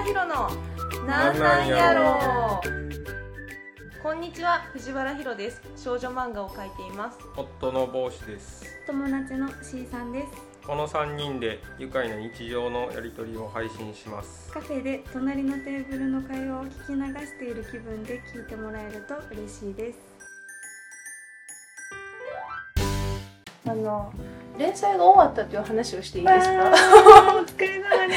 ひろのなんなんやろ。こんにちは、藤原ひろです。少女漫画を描いています。 夫の帽子です。 友達の C さんです。 この3人で愉快な日常のやり取りを配信します。 カフェで隣のテーブルの会話を聞き流している気分で聞いてもらえると嬉しいです。 連載が終わったという話をしていいですか？ お疲れ様です。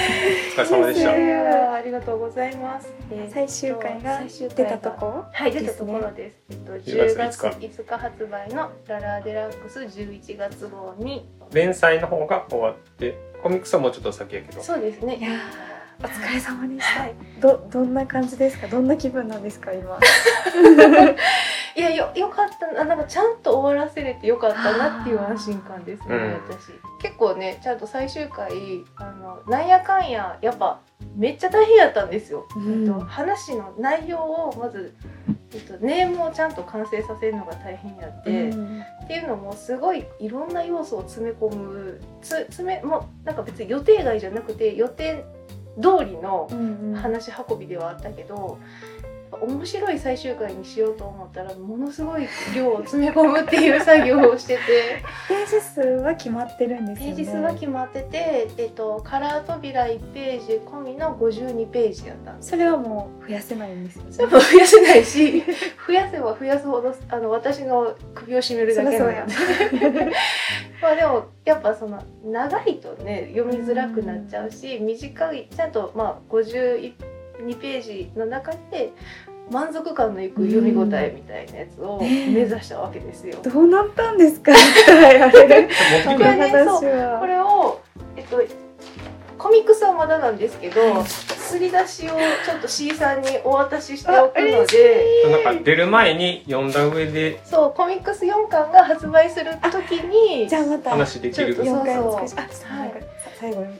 お疲れ様でした。 ありがとうございます。 最終回が出たところ、 はい、出たところです。10月5日発売のララデラックス11月号に連載の方が終わってコミックスはもうちょっと先やけど。 そうですね。 いやお疲れ様でした。 はい、 どんな感じですか？どんな気分なんですか今？ いやよかったな、なんかちゃんと終わらせれてよかったなっていう安心感ですね、私結構ね、ちゃんと最終回なんやかんややっぱめっちゃ大変やったんですよ、話の内容をまず、ネームをちゃんと完成させるのが大変やって、っていうのもすごいいろんな要素を詰め込むもうなんか別に予定外じゃなくて予定通りの話運びではあったけど、面白い最終回にしようと思ったらものすごい量を詰め込むっていう作業をしててページ数は決まってるんですよね。 ページ数は決まってて、カラー扉1ページ込みの52ページだったんです。 それはもう増やせないんですよね。 それも増やせないし増やせば増やすほど私の首を絞めるだけなのでまあでもやっぱその長いとね読みづらくなっちゃうし、短いちゃんと52ページの中で満足感のいく読み応えみたいなやつを目指したわけですよ。 どうなったんですか？これを、コミックスはまだなんですけど、すり出しをちょっと C さんにお渡ししておくので、 なんか出る前に読んだ上で、 そうコミックス4巻が発売する時にじゃあまた話できる。 4回お疲れ様。最後に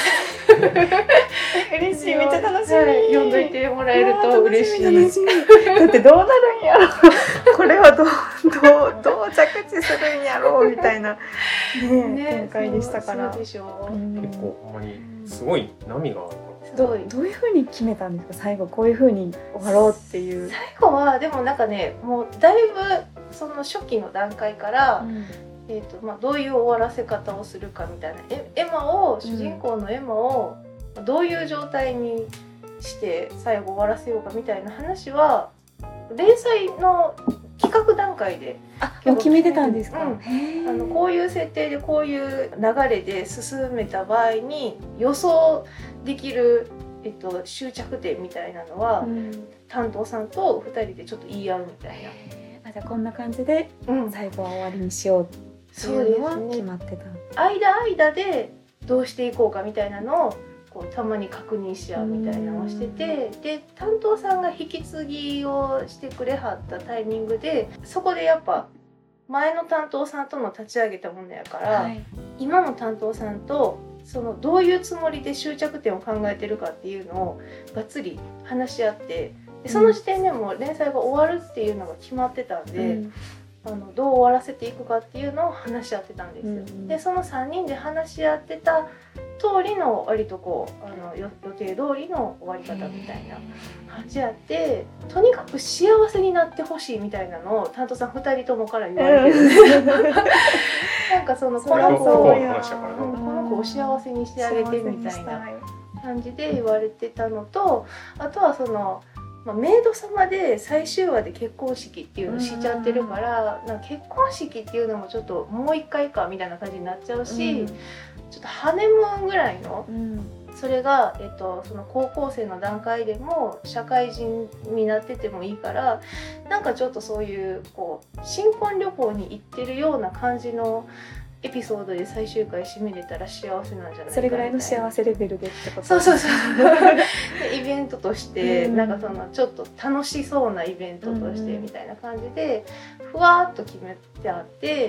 嬉しい、めっちゃ楽しみ、 読んどいてもらえると嬉しい。 だってどうなるんやろこれはどう着地するんやろうみたいな展開でしたから。 そうでしょう。 結構ほんまにすごい波がある。 どういう風に決めたんですか？最後こういう風に終わろうっていう。 最後はでもなんかね、もうだいぶその初期の段階から、どういう終わらせ方をするかみたいな、主人公のエマをどういう状態にして最後終わらせようかみたいな話は連載の企画段階でもう決めてたんですか？ こういう設定でこういう流れで進めた場合に予想できる、終着点みたいなのは、担当さんと2人でちょっと言い合うみたいな。 じゃあこんな感じで最後は終わりにしようっていうのは決まってた。 間でどうしていこうかみたいなのをこうたまに確認し合うみたいなのをしてて、で担当さんが引き継ぎをしてくれはったタイミングで、そこでやっぱ前の担当さんとの立ち上げたものやから、今の担当さんとそのどういうつもりで終着点を考えてるかっていうのをがっつり話し合って、でその時点でも連載が終わるっていうのが決まってたんで、どう終わらせていくかっていうのを話し合ってたんですよ。でその3人で話し合ってた通りの割とこう予定通りの終わり方みたいな感じやって、とにかく幸せになってほしいみたいなのを担当さん2人ともから言われてるんですなんかこの子を幸せにしてあげてみたいな感じで言われてたのと、あとはそのメイド様で最終話で結婚式っていうのしちゃってるから、なんか結婚式っていうのもちょっともう一回かみたいな感じになっちゃうし、ちょっとハネムーンぐらいの、それが、その高校生の段階でも社会人になっててもいいから、なんかちょっとそういう新婚旅行に行ってるような感じのエピソードで最終回締めれたら幸せなんじゃないかな。 それぐらいの幸せレベルでってこと？ そうイベントとして、なんかそのちょっと楽しそうなイベントとしてみたいな感じでふわっと決めてあって、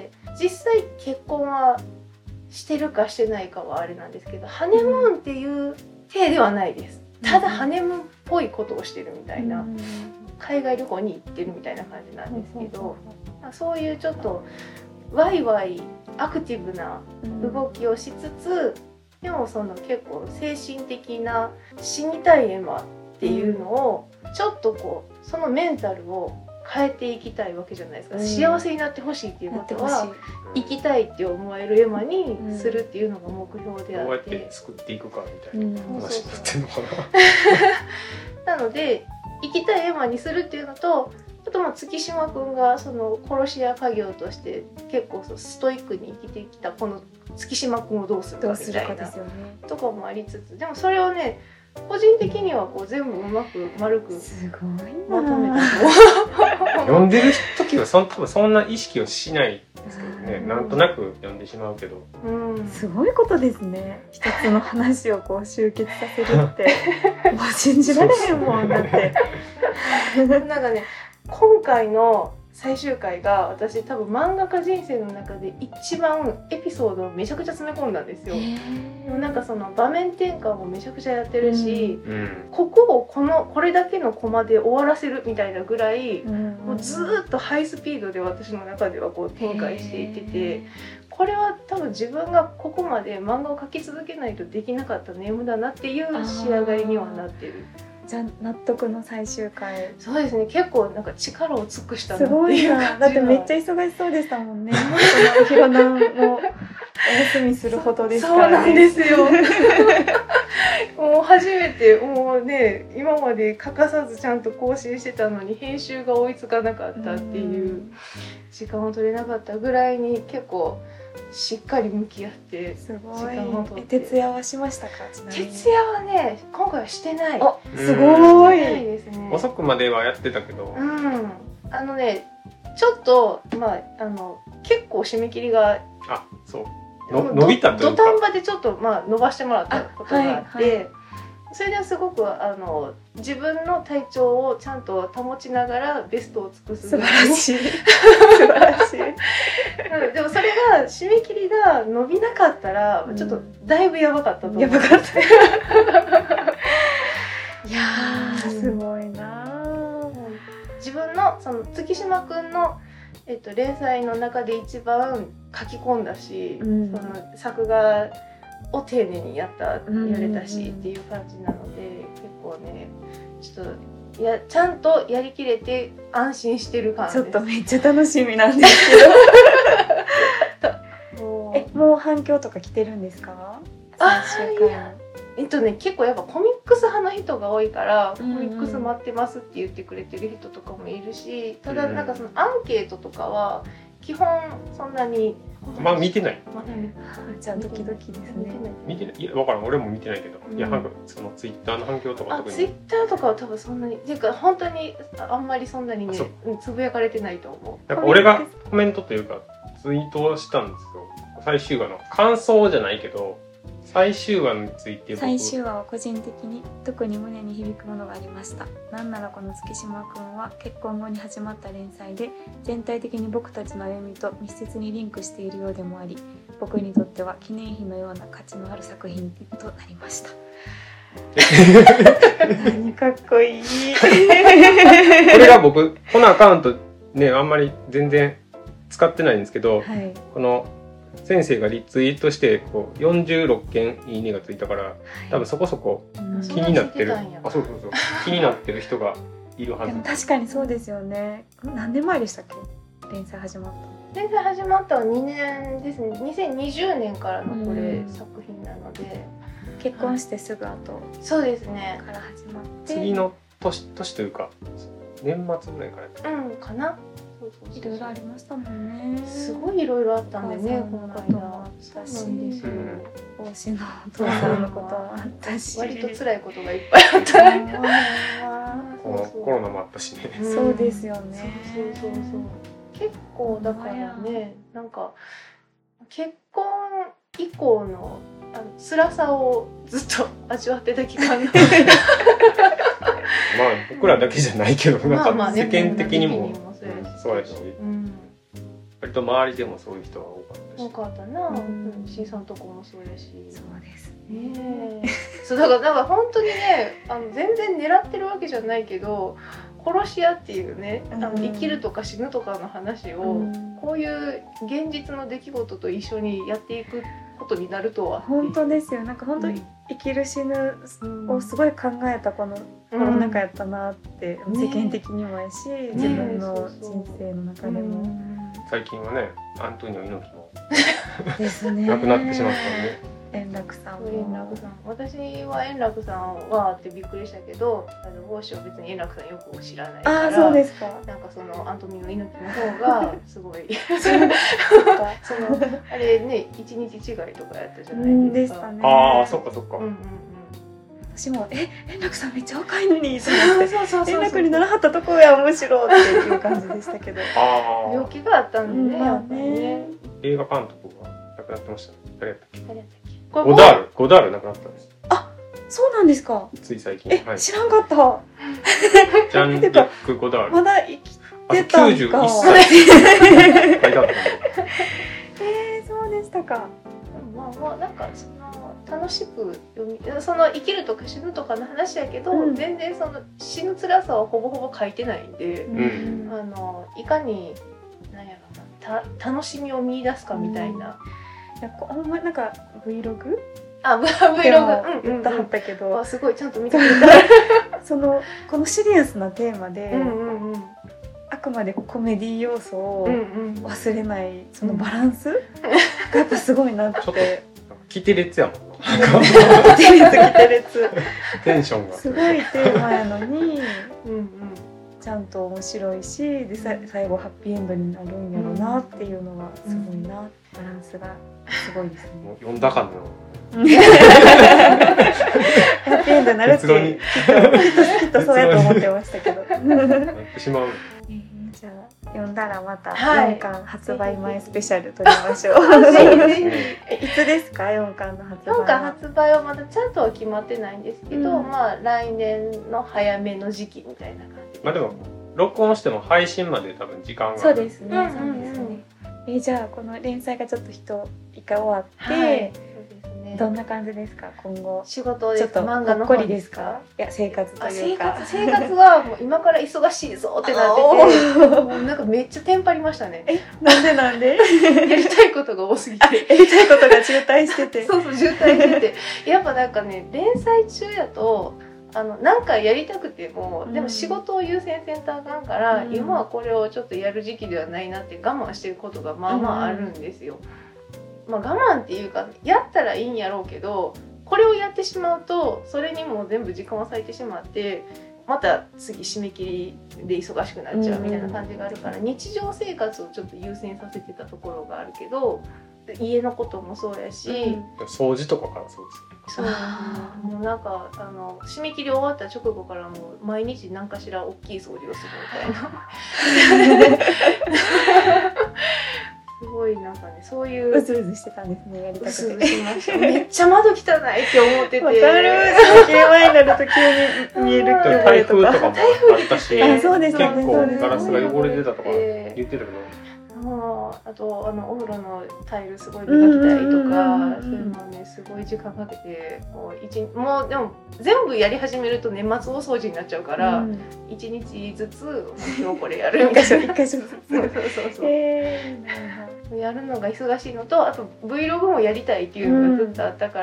実際結婚はしてるかしてないかはあれなんですけど、ハネムーンっていう体ではないです。ただハネムーンっぽいことをしてるみたいな、海外旅行に行ってるみたいな感じなんですけど、そういうちょっとワイワイアクティブな動きをしつつ、 でもその結構精神的な死にたいエマっていうのをちょっとこうそのメンタルを変えていきたいわけじゃないですか、幸せになってほしいっていうことは生きたいって思えるエマにするっていうのが目標であって、 どうやって作っていくかみたいな話になってんのかな。 なので生きたいエマにするっていうのと、あと月島くんがその殺し屋家業として結構ストイックに生きてきたこの月島くんをどうするかみたいなとかもありつつ、でもそれをね個人的にはこう全部うまく丸くまとめたと読んでる時は多分そんな意識をしないですけどね、なんとなく読んでしまうけど、 すごいことですね。一つの話をこう集結させるってもう信じられへんもんだってなんかね、今回の最終回が私多分漫画家人生の中で一番エピソードをめちゃくちゃ詰め込んだんですよ。でもなんかその場面転換もめちゃくちゃやってるし、ここをこれだけのコマで終わらせるみたいなぐらい、もうずーっとハイスピードで私の中ではこう展開していってて、これは多分自分がここまで漫画を描き続けないとできなかったネームだなっていう仕上がりにはなってる。 じゃあ納得の最終回。 そうですね、結構なんか力を尽くしたなっていう。 すごいな。だってめっちゃ忙しそうでしたもんね。そのひろなもお休みするほどですからね。 そうなんですよ。もう初めてもうね、今まで欠かさずちゃんと更新してたのに編集が追いつかなかったっていう時間を取れなかったぐらいに結構しっかり向き合って時間を取って。 徹夜はしましたか？ちなみに徹夜はね今回はしてない。 あ、すごい。 ですね。 遅くまではやってたけど、 ねちょっと結構締め切りがそう伸びたというか、 土壇場でちょっと伸ばしてもらったことがあって、それではすごく自分の体調をちゃんと保ちながらベストを尽くす。 素晴らしい。素晴らしい。 でもそれが締め切りが伸びなかったらちょっとだいぶやばかったと思う。 やばかった。いやーすごいな。 自分のその月島くんの連載の中で一番書き込んだし、その作画を丁寧にやれたしっていう感じなので、結構ねちょっとちゃんとやりきれて安心してる感じです。 ちょっとめっちゃ楽しみなんですけどもう反響とか来てるんですか？最終回結構やっぱコミックス派の人が多いからコミックス待ってますって言ってくれてる人とかもいるし、ただなんかそのアンケートとかは基本そんなに見てない。 じゃあドキドキですね。 見てない。いや分からん、俺も見てないけど、いやなんかそのツイッターの反響とか特に。 ツイッターとかは多分そんなにっていうか本当にあんまりそんなにねつぶやかれてないと思う。 なんか俺がコメントというかツイートをしたんですよ。最終話の感想じゃないけど。最終話について最終話は個人的に特に胸に響くものがありました。なんならこの月島くんは結婚後に始まった連載で全体的に僕たちの歩みと密接にリンクしているようでもあり、僕にとっては記念碑のような価値のある作品となりました。何かっこいい。これが僕このアカウントねあんまり全然使ってないんですけど、この先生がリツイートしてこう46件いいねがついたから、多分そこそこ気になってる、そう気になってる人がいるはず。 でも確かにそうですよね。何年前でしたっけ？連載始まった。 連載始まったのは2年ですね。2020年からのこれ作品なので、 結婚してすぐ後そうですねから始まって、 次の年というか年末ぐらいからかな。 いろいろありましたもんね。 すごいいろいろあったんでね、このこともあったし、帽子のお父さんのこともあったし、 割と辛いことがいっぱいあった。 コロナもあったしね。 そうですよね。 そう結構だからね、なんか結婚以降の辛さをずっと味わってた期間が僕らだけじゃないけど、なんか世間的にもそうやし、割と周りでもそういう人が多かったな。Cさんとこもそうやし。 そうですね。 そうだから本当にね、全然狙ってるわけじゃないけど、殺し屋っていうね、生きるとか死ぬとかの話をこういう現実の出来事と一緒にやっていくっことになるとは。 本当ですよ。なんか本当に生きる死ぬをすごい考えたこのコロナ禍やったなって、世間的にもやし、自分の人生の中でも。 最近はね、アントニオ猪木もですね。 亡くなってしまったんで。 円楽さんも。 円楽さん、私は円楽さんはってびっくりしたけど、帽子を別に円楽さんよく知らないから。 あ、そうですか。 なんかそのアントニオ猪木の方がすごいそのあれね、一日違いとかやったじゃないですか。 ああ、そっかそっか。 私も円楽さんめっちゃ若いのにと思って、円楽にならはったとこや面白いっていう感じでしたけど。 病気があったんでね、やっぱりね。 映画監督が亡くなってましたね。誰やったっけ？ 誰やったっけ？ ゴダール亡くなったんです。 あ、そうなんですか。 つい最近。 知らんかった。 ジャン・ルック・ゴダール。 まだ生きてたんか。 91歳。書いてあったんで。 そうでしたか。 まあなんかその楽しくその生きるとか死ぬとかの話やけど、全然その死ぬ辛さはほぼほぼ書いてないんで、いかに何やろな、楽しみを見出すかみたいな。 ほんまなんか Vlog？ Vlog 言ったはったけど、 すごいちゃんと見てくれた。 このシリアスなテーマで、あくまでコメディ要素を忘れないそのバランスがやっぱすごいなって。 キテレツやもん。 キテレツ。 テンションがすごいテーマやのに、ちゃんと面白いし、で最後ハッピーエンドになるんやろうなっていうのがすごいな。バランスがすごいですね。 もう読んだかの。 ハッピーエンドになるってきっとそうやと思ってましたけど。 なってしまう。 じゃあ読んだらまた4巻発売前スペシャル撮りましょう。いつですか4巻の発売は。 4巻発売はまだちゃんとは決まってないんですけど、まあ来年の早めの時期みたいな感じで。 まあでも録音しても配信まで多分時間が。 そうですね。じゃあこの連載がちょっと一回終わって、どんな感じですか今後？ 仕事ですか？ 漫画の方ですか？いや生活というか。 生活はもう今から忙しいぞってなってて、もうなんかめっちゃテンパりましたね。 なんで？ やりたいことが多すぎて。 やりたいことが渋滞してて。 そう渋滞してて。やっぱなんかね、連載中やと何かやりたくても、でも仕事を優先せんとあかんから、今はこれをちょっとやる時期ではないなって我慢してることがまあまああるんですよ。まあ我慢っていうか、やったらいいんやろうけど、これをやってしまうとそれにも全部時間を割いてしまって、また次締め切りで忙しくなっちゃうみたいな感じがあるから、日常生活をちょっと優先させてたところがあるけど、家のこともそうやし、 掃除とかからそうです。 そうもうなんか締め切り終わった直後からもう毎日何かしら大きい掃除をするみたいな。すごいなんかね、そういううずうずしてたんですね、やりたくて。 うずうずしました。めっちゃ窓汚いって思ってて。 わかる。締め切り前になると急に見える台風とかもあったし、結構ガラスが汚れてたとか言ってたけど。 あとお風呂のタイルすごい磨きたいとか、そういうのねすごい時間かけてもうでも全部やり始めると年末大掃除になっちゃうから、1日ずつ今日これやるみたいな。 1箇所ずつ。 そうやるのが忙しいのと、あと Vlog もやりたいっていうのがずっとあったから、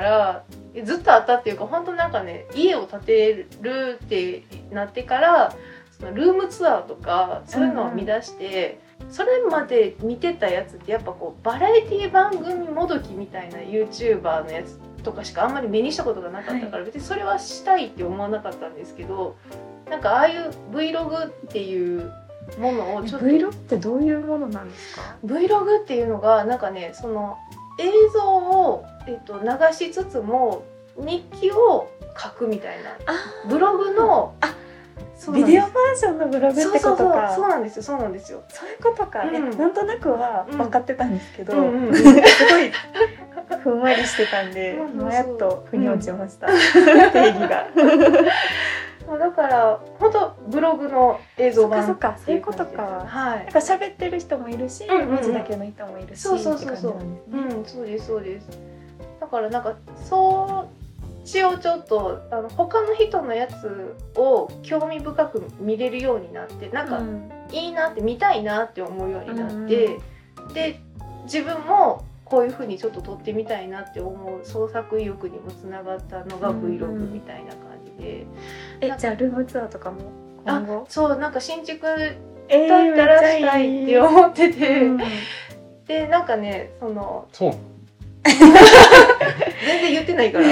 ずっとあったっていうか、本当なんかね、家を建てるってなってからそのルームツアーとかそういうのを見出して。それまで見てたやつってやっぱこうバラエティ番組もどきみたいな YouTuber のやつとかしかあんまり目にしたことがなかったから、別にそれはしたいって思わなかったんですけど、なんかああいう Vlog っていうものをちょっと Vlog ってどういうものなんですか？ Vlog っていうのがなんかね、その映像を、流しつつも日記を書くみたいなブログのビデオバージョンのブログってことか。 そうなんですよ。そういうことか。なんとなくは分かってたんですけど、すごいふんわりしてたんで、今やっと腑に落ちました。定義が。 だから本当ブログの映像版。 そうか、そういうことか。なんか喋ってる人もいるし、文字だけの人もいるし、 そう。そうです。だからなんかそうをちょっと他の人のやつを興味深く見れるようになって、なんかいいなって見たいなって思うようになって、で自分もこういう風にちょっと撮ってみたいなって思う創作意欲にもつながったのが Vlog みたいな感じで、 じゃあルームツアーとかも今後そうなんか新築だったらしたいって思ってて、でなんかねそう全然言ってないから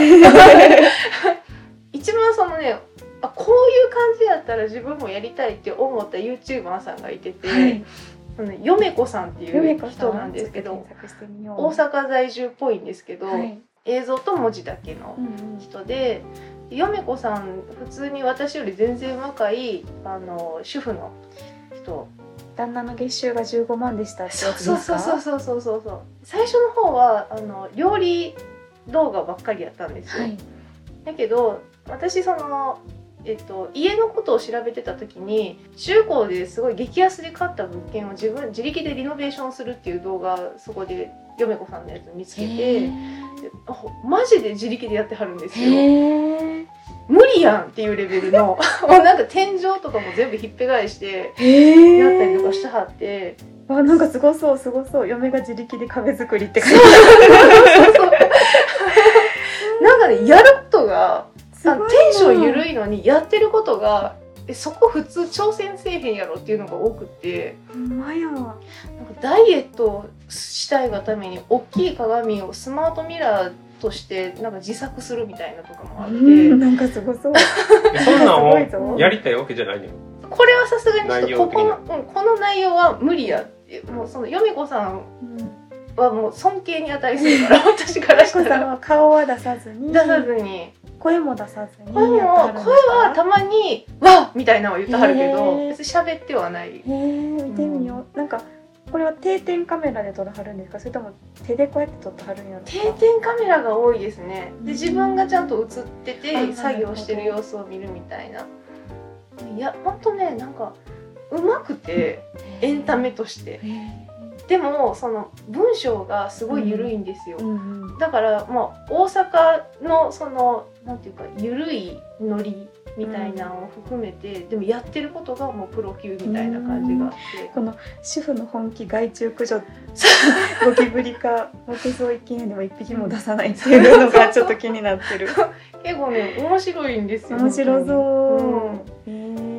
一番こういう感じやったら自分もやりたいって思った YouTuber さんがいてて、はい、よめこさんっていう人なんですけど、大阪在住っぽいんですけど、はい、映像と文字だけの人で、よめこさん普通に私より全然若い主婦の人。 旦那の月収が15万でしたってやつですか？ そう最初の方は料理動画ばっかりやったんですよ、はい、だけど私家のことを調べてた時に中古ですごい激安で買った物件を自力でリノベーションするっていう動画そこでよめこさんのやつ見つけて、マジで自力でやってはるんですよ。無理やんっていうレベルのもうなんか天井とかも全部ひっぺ返してやったりとかしてはって、 なんかすごそう嫁が自力で壁作りって書いてあるなんかねやることがテンション緩いのにやってることがそこ普通挑戦せえへんやろっていうのが多くて、 なんかダイエットしたいがために大きい鏡をスマートミラーとしてなんか自作するみたいなとかもあって、 なんかすごそうそんなんをやりたいわけじゃないのよ。 これはさすがにちょっとこの内容は無理やって、もうよめこさんはもう尊敬に値するから私からしたら。 よめこさんは顔は出さずに声も出さずに声はたまにわっみたいなのを言ってはるけど別に喋ってはない。 見てみよう。なんかこれは定点カメラで撮らはるんですか、それとも手でこうやって撮ってはるんやろか。 定点カメラが多いですね。で自分がちゃんと映ってて作業してる様子を見るみたいな。いやほんとねなんかうまくてエンタメとしてでも文章がすごい緩いんですよ、だから大阪のなんていうか緩いノリみたいなのを含めて、でもやってることがもうプロ級みたいな感じがあって、 この主婦の本気害虫駆除ゴキブリか木造一軒家でも一匹も出さないっていうのがちょっと気になってる結構ね面白いんですよ。 面白そう、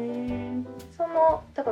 だから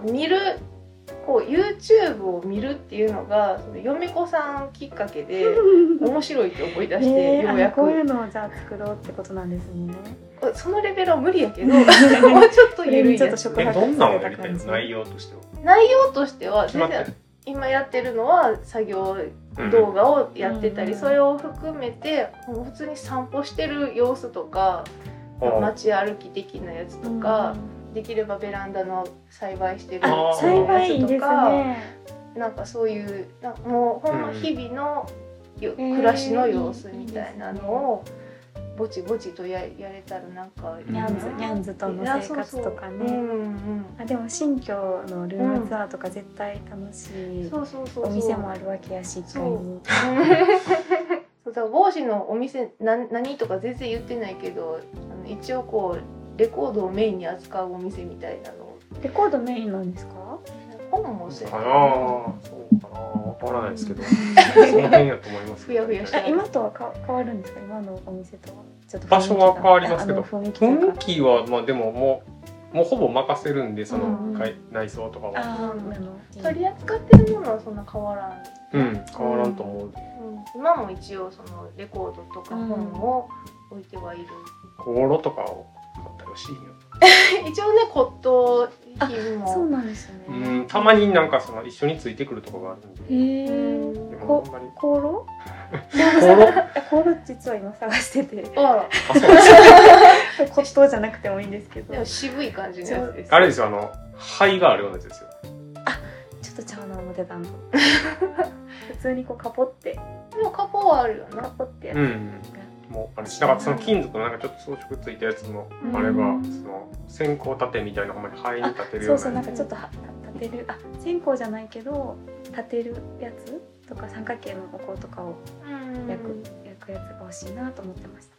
YouTube を見るっていうのがよめこさんきっかけで面白いって思い出してようやくこういうのをじゃあ作ろうってことなんですね。 そのレベルは無理やけどもうちょっと緩いやつ。 どんなのをやりたいの？内容としては全然今やってるのは作業動画をやってたり、それを含めて普通に散歩してる様子とか街歩き的なやつとか、できればベランダの栽培してるやつとか、なんかそういうもうほんま日々の暮らしの様子みたいなのをぼちぼちとやれたらなんかニャンズとの生活とかね。でも新居のルームツアーとか絶対楽しい。お店もあるわけやし、1階に。 だから帽子のお店何とか全然言ってないけど、一応こうレコードをメインに扱うお店みたいなの。 レコードメインなんですか？ 本もそうかな。そうかな。わからないですけど。その辺やと思います。 ふやふやして今とは変わるんですか？今のお店とは。ちょっと場所は変わりますけど、雰囲気はでももうほぼ任せるんで、その内装とかは。 取り扱ってるものはそんな変わらん。 変わらんと思う。 今も一応そのレコードとか本を置いてはいる。 香炉とかを買ったりはしいよ。 一応ね骨董品も。 そうなんですね。 たまになんか一緒についてくるとこがあるんで。 香炉？香炉実は今探してて。 あそうです。骨董じゃなくてもいいんですけど。 でも渋い感じのやつです。 あれですよ、灰があるようなやつですよ。 ちょっとちゃうな思ってたんだ。普通にこうカポって。 でもカポはあるよな。 カポってやつ。 もうだからその金属のなんかちょっと装飾ついたやつもあれば、線香立てみたいなほんまに灰に立てるような。 そうなんかちょっと立てる線香じゃないけど立てるやつとか三角形のお香とかを焼くやつが欲しいなと思ってました。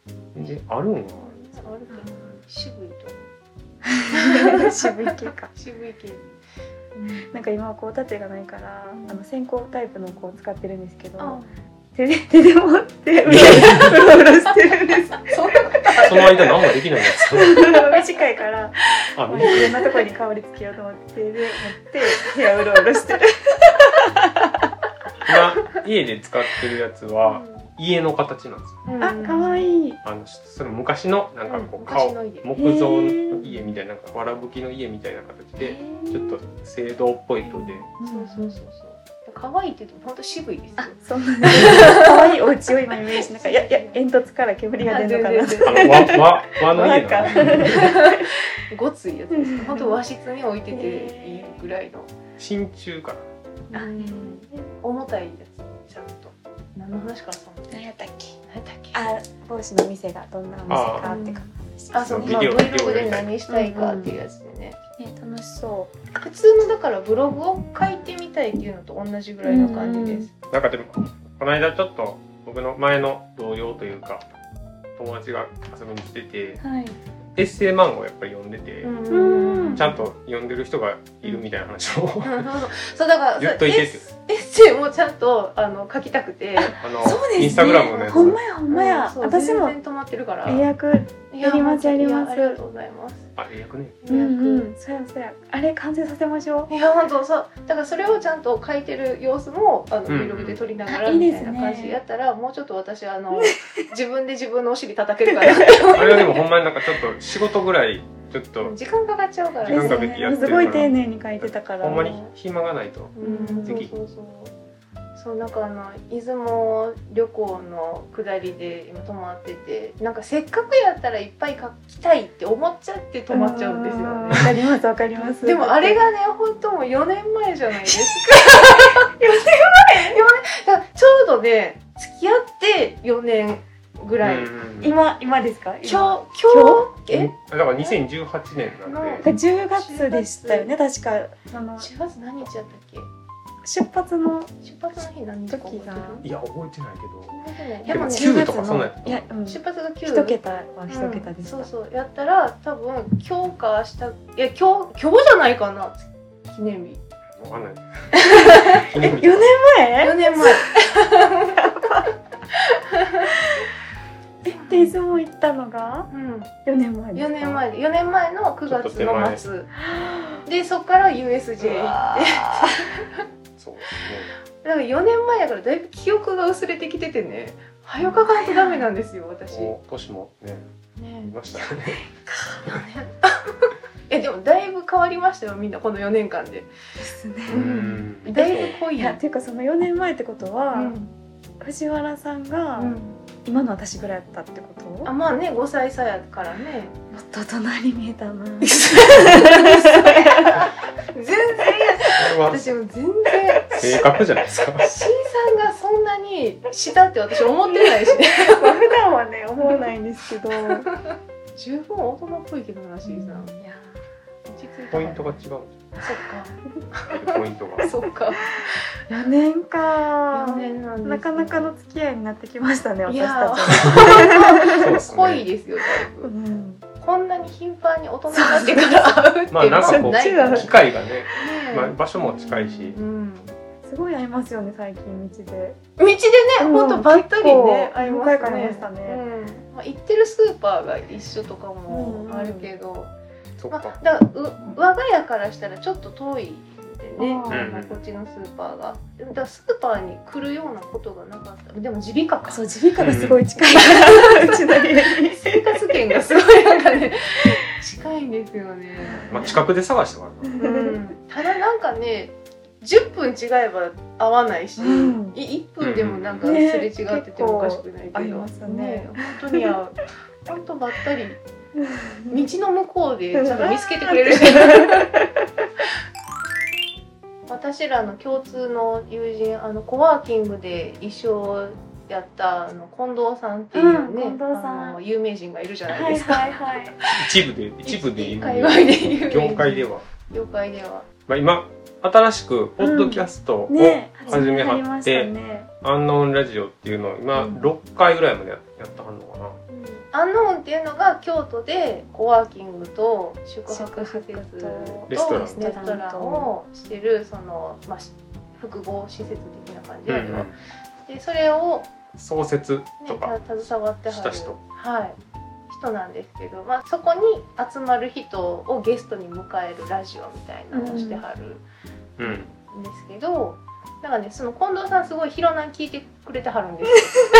であるんはあるけど渋いと。 渋い系か。 渋い系。 なんか今はこう立てがないから線香タイプのこう使ってるんですけど。 手で持ってうろうろしてるんです。 その間何もできないんですよ。 短いからいろんなところに香りつけようと思って手で持って部屋うろうろしてる。 今家で使ってるやつは家の形なんですよ。 あ、かわいい。 その昔のなんかこう木造の家みたいな、わらぶきの家みたいな形でちょっと青銅っぽい色で。 そう可愛いって言うと本当渋いですよ。 あ、そうなんです。可愛いお家を今イメージなんか煙突から煙が出るのかな。 和の家か。 ごついやつです。本当和室に置いてていいぐらいの。 真鍮かな。 重たいやつちゃんと。何の話からそんな。 何やったっけ。 あ、 帽子の店がどんなお店かってか。 あ、そう、Vlog で何したいかっていうやつでね。 楽しそう。 普通のだからブログを書いてみたいっていうのと同じぐらいの感じです。 なんかでもこの間ちょっと僕の前の同僚というか友達が遊びに来てて、エッセイ漫画をやっぱり読んでて、ちゃんと読んでる人がいるみたいな話をそうだから言っといてってエッセイもちゃんと書きたくて、 インスタグラムのやつほんまや私も全然止まってるから英訳やりますありがとうございます。 英訳ね。 そうやあれ完成させましょう。 いや本当そうだからそれをちゃんと書いてる様子もVlogで撮りながらみたいな感じでやったらもうちょっと私自分で自分のお尻叩けるからあれはでもほんまになんかちょっと仕事ぐらいちょっと時間かかっちゃうから時間かけてやってるからすごい丁寧に書いてたからほんまに暇がないとそうなんか出雲旅行の下りで今泊まっててなんかせっかくやったらいっぱい書きたいって思っちゃって泊まっちゃうんですよね。 わかりますでもあれがね本当もう4年前じゃないですか。4年前ちょうどね付き合って4年ぐらい。 今ですか？ 今日だから2018年なんで 10月でしたよね確か。 10月何日やったっけ？ 出発の日何日か覚えてる？ いや覚えてないけど。 でも 9とかそんなやいや出発が9。 1桁は1桁でした。 そうやったら多分今日か明日いや今日じゃないかな記念日。 わかんない。 4年前？ 4年前。 で出雲行ったのが4年前ですか ？4年前の9月の末でそっから USJ 行ってそうですね。 だから4年前やからだいぶ記憶が薄れてきててね早よかかんとダメなんですよ私。 年もねいましたね。 でもだいぶ変わりましたよみんなこの4年間で。 ですね。 だいぶ濃い。 っていうかその4年前ってことは藤原さんが今の私ぐらいだったってこと？ まあね5歳差やからね。 もっと大人に見えたな。 全然私も全然正確じゃないですか。 C さんがそんなにしたって私思ってないしね。 普段はね思わないんですけど十分大人っぽいけどな C さん。いやポイントが違う。 そっか。ポイントが。 そっか。 4年か。 4年なんです。 なかなかの付き合いになってきましたね私たちは。濃いですよだいぶ。こんなに頻繁に大人になってから会うっていうのはないから。 機会がね、場所も近いし。 すごい会いますよね最近道で。 道でね、ほんとばったりね会いますね。行ってるスーパーが一緒とかもあるけど。だから我が家からしたらちょっと遠いんでね、こっちのスーパーが。だからスーパーに来るようなことがなかった。でも耳鼻科か。 そう耳鼻科がすごい近いからうちの家に生活圏がすごいなんかね近いんですよね。 近くで探したからな。 ただなんかね10分違えば合わないし、1分でもなんかすれ違っててもおかしくないけど、本当に本当ばったり。道の向こうでちゃんと見つけてくれる人。私らの共通の友人コワーキングで一緒やった近藤さんっていうね、有名人がいるじゃないですか。 一部でいる。 界隈で有名人。業界では。 今新しくポッドキャストを始めはってアンノーンラジオっていうのを今6回ぐらいまでやったはんのかな。 アンノーンっていうのが京都でコワーキングと宿泊施設とレストランをしてるその、複合施設的な感じではでそれを、 創設とか携わってはるした人、 人なんですけど、そこに集まる人をゲストに迎えるラジオみたいなのをしてはるんですけど、なんかね、その近藤さんすごいヒロナン聞いてくれてはるんですよ。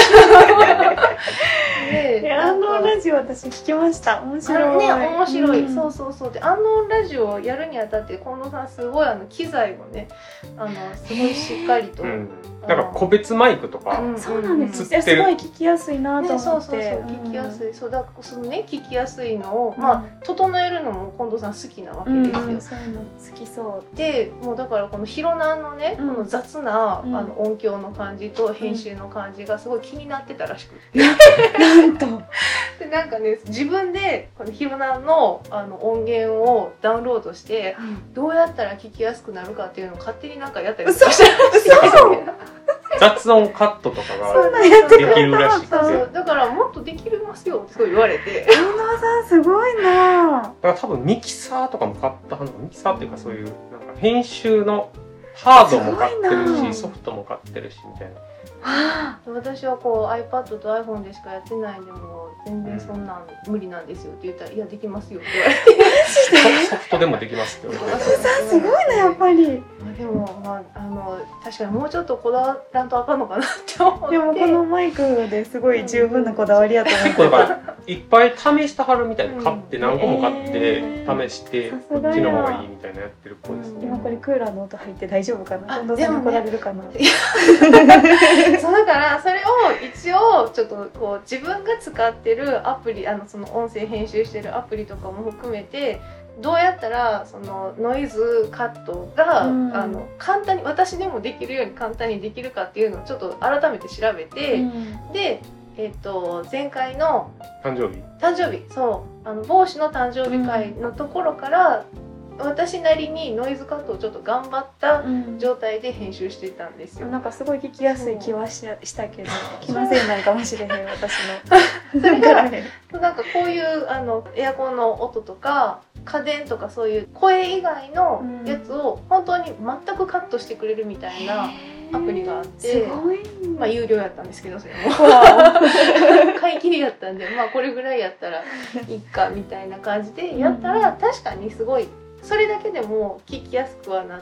で、 ラジオ私聞きました。面白い。 ね、面白い。そうそうそう。で、ラジオをやるにあたって近藤さんすごい機材をね、すごいしっかりと。 なんか個別マイクとか、 そうなんです。すごい聞きやすいなと思って。 そうそうそう、聞きやすい。そうだからそのね、聞きやすいのを整えるのも近藤さん好きなわけですよ。 そういうの好きそう。 で、もうだからこのヒロナンのね、この雑な音響の感じと編集の感じがすごい気になってたらしくて。 なんと。 でなんかね、自分でこのヒロナンの音源をダウンロードしてどうやったら聞きやすくなるかっていうのを勝手になんかやったりとかしてるんですよ。 雑音カットとかができるらしくて、 だからもっとできますよってすごい言われて、 近藤さんすごいな。 だから多分ミキサーとかも買ったはず、ミキサーっていうかそういうなんか編集のハードも買ってるしソフトも買ってるしみたいな。 私はこう iPad と iPhone でしかやってないんで、もう全然そんなん無理なんですよって言ったら、いやできますよって言われて、 ソフトでもできますって言われて。 すごいなやっぱり。 でも確かにもうちょっとこだわらんとあかんのかなって思って。 でもこのマイクですごい十分なこだわりやと思って。 結構だからいっぱい試してはるみたいな、買って何個も買って試してこっちの方がいいみたいなやってる子ですね。 今これクーラーの音入って大丈夫かな。近藤さんに怒られるかな。 そうだからそれを一応ちょっとこう自分が使ってるアプリ、その音声編集してるアプリとかも含めて、どうやったらそのノイズカットが、簡単に私でもできるように簡単にできるかっていうのをちょっと改めて調べて、で、前回の誕生日、 そう帽子の誕生日会のところから、私なりにノイズカットをちょっと頑張った状態で編集してたんですよ。 なんかすごい聞きやすい気はしたけど、気のせいなんかもしれへん私の。 それがなんかこういうエアコンの音とか家電とかそういう声以外のやつを本当に全くカットしてくれるみたいなアプリがあって、有料やったんですけど、それも買い切りやったんで、これぐらいやったらいいかみたいな感じでやったら、確かにすごいそれだけでも聞きやすくはなって、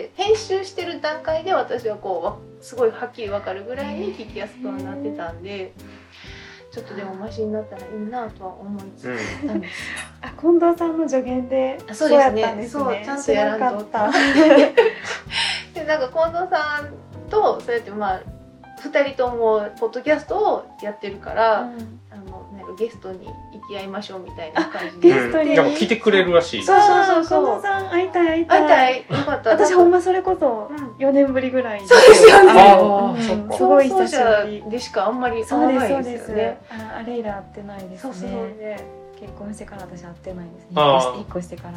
編集してる段階で私はこうすごいはっきり分かるぐらいに聞きやすくはなってたんで、ちょっとでもマシになったらいいなとは思いつつたんです。 近藤さんの助言でそうですね。そうちゃんとやらんと。でなんか近藤さんとそうやって2人ともポッドキャストをやってるから、ゲストに行き合いましょうみたいな感じで、 ゲストに来てくれるらしい。 そう近藤さん会いたいよかった。私ほんまそれこそ4年ぶりぐらい。 そうですよね。すごい久しぶりでしかあんまり会わないですよね。 あれ以来会ってないですね。 そう結婚してから私会ってないですね。引っ越してから。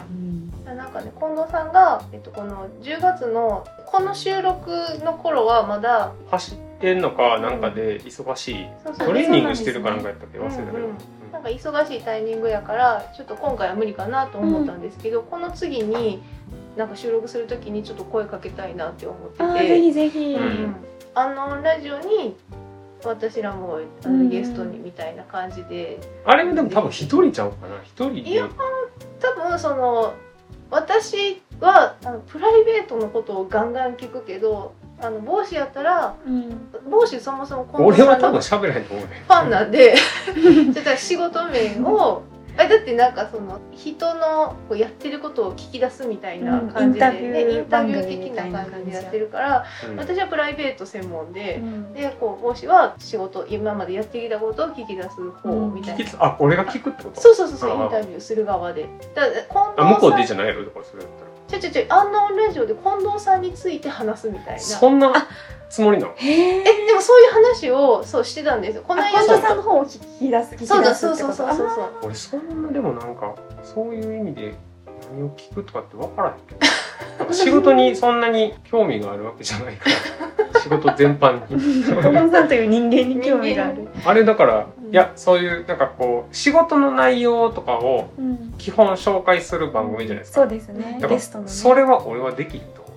なんかね、近藤さんがこの10月のこの収録の頃はまだ走ってんのかなんかで忙しい、トレーニングしてるかなんかやったっけ、忘れたけど、 なんか忙しいタイミングやからちょっと今回は無理かなと思ったんですけど、この次になんか収録する時にちょっと声かけたいなって思ってて、 ぜひぜひ、 ラジオに私らもゲストにみたいな感じで、 あれもでも多分一人ちゃうかな、一人で。 いや多分その私はプライベートのことをガンガン聞くけど、帽子やったら、帽子そもそも近藤さんのファンなんでそしたら仕事面をだってなんかその人のやってることを聞き出すみたいな感じで、インタビュー的な感じでやってるから、私はプライベート専門で、でこう帽子は仕事、今までやってきたことを聞き出す方みたいな。 俺が聞くってこと？ そうインタビューする側で。 向こうでじゃないのとかそれだったら。 ラジオで近藤さんについて話すみたいな。 そんなつもりなの？ でもそういう話をしてたんですよ。この間近藤さんの方を聞き出すってこと？ そう。 俺そんなでもなんかそういう意味で何を聞くとかって分からへんけど、なんか仕事にそんなに興味があるわけじゃないから仕事全般に近藤さんという人間に興味がある。 あれだから、いやそういうなんかこう仕事の内容とかを基本紹介する番組じゃないですか。 そうですね。 ゲストのね。それは俺はできると思う。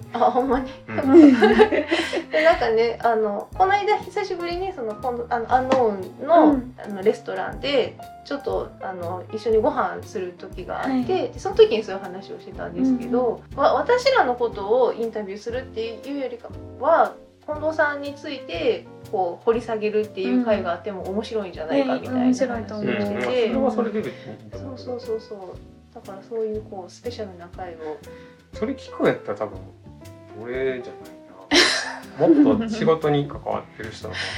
あ、ほんまに。 うんでなんかね、この間久しぶりにその今度アンノーンの、レストランでちょっと一緒にご飯する時があって、でその時にそういう話をしてたんですけど、私らのことをインタビューするっていうよりかは近藤さんについてこう掘り下げるっていう回があっても面白いんじゃないかみたいな話をしてて、 それはそれで別にそうだからそういうこうスペシャルな回をそれ聞くんやったら多分俺じゃないなもっと仕事に関わってる人の方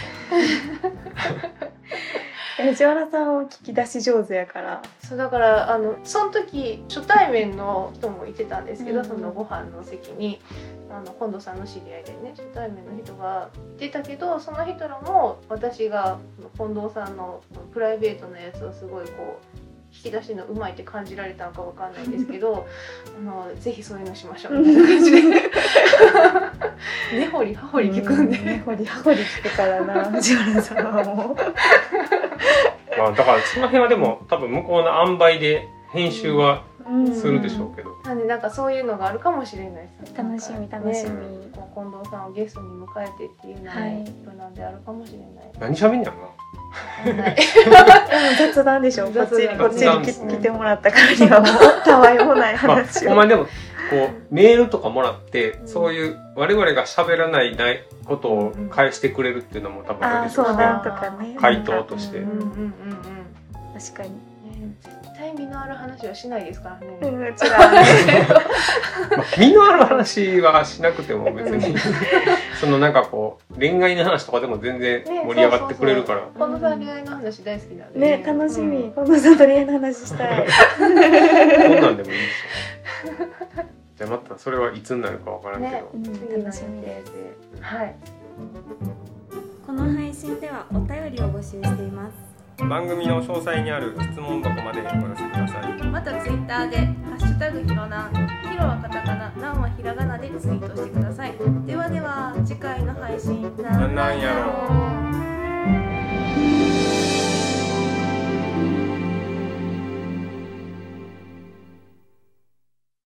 藤原さんは聞き出し上手やから。 そうだからその時初対面の人もいてたんですけど、そのご飯の席に近藤さんの知り合いでね初対面の人が出たけど、その人らも私が近藤さんのプライベートなやつをすごいこう引き出しのうまいって感じられたのかわかんないんですけどぜひそういうのしましょうみたいな感じで根掘り葉掘り聞くんで、 根掘り葉掘り聞くからな藤原さんはもうまあだからその辺はでも多分向こうの塩梅で編集はするでしょうけど、 なんでなんかそういうのがあるかもしれないです。 楽しみ、 ね、近藤さんをゲストに迎えてっていうのもプランであるかもしれない。 何喋んやろな。 はい、 雑談でしょ。こっちに来てもらったからにはもうたわいもない話を。 ほんまでもこうメールとかもらって、そういう我々が喋らないことを返してくれるっていうのも多分あるでしょうね。 相談とかね。 回答として。 確かに。 絶対身のある話はしないですからね。 うちらね。 身のある話はしなくても別にそのなんかこう恋愛の話とかでも全然盛り上がってくれるから。 近藤さん恋愛の話大好きなんでね。楽しみ。近藤さんと恋愛の話したい。 こんなんでもいいですよ。じゃあまたそれはいつになるかわからんけど。 楽しみです。 はい。 この配信ではお便りを募集しています。 番組の詳細にある質問箱までお寄せください。 またツイッターでハッシュタグひろなん、ひろはカタカナ、なんはひらがなでツイートしてください。ではでは次回の配信なんやろう。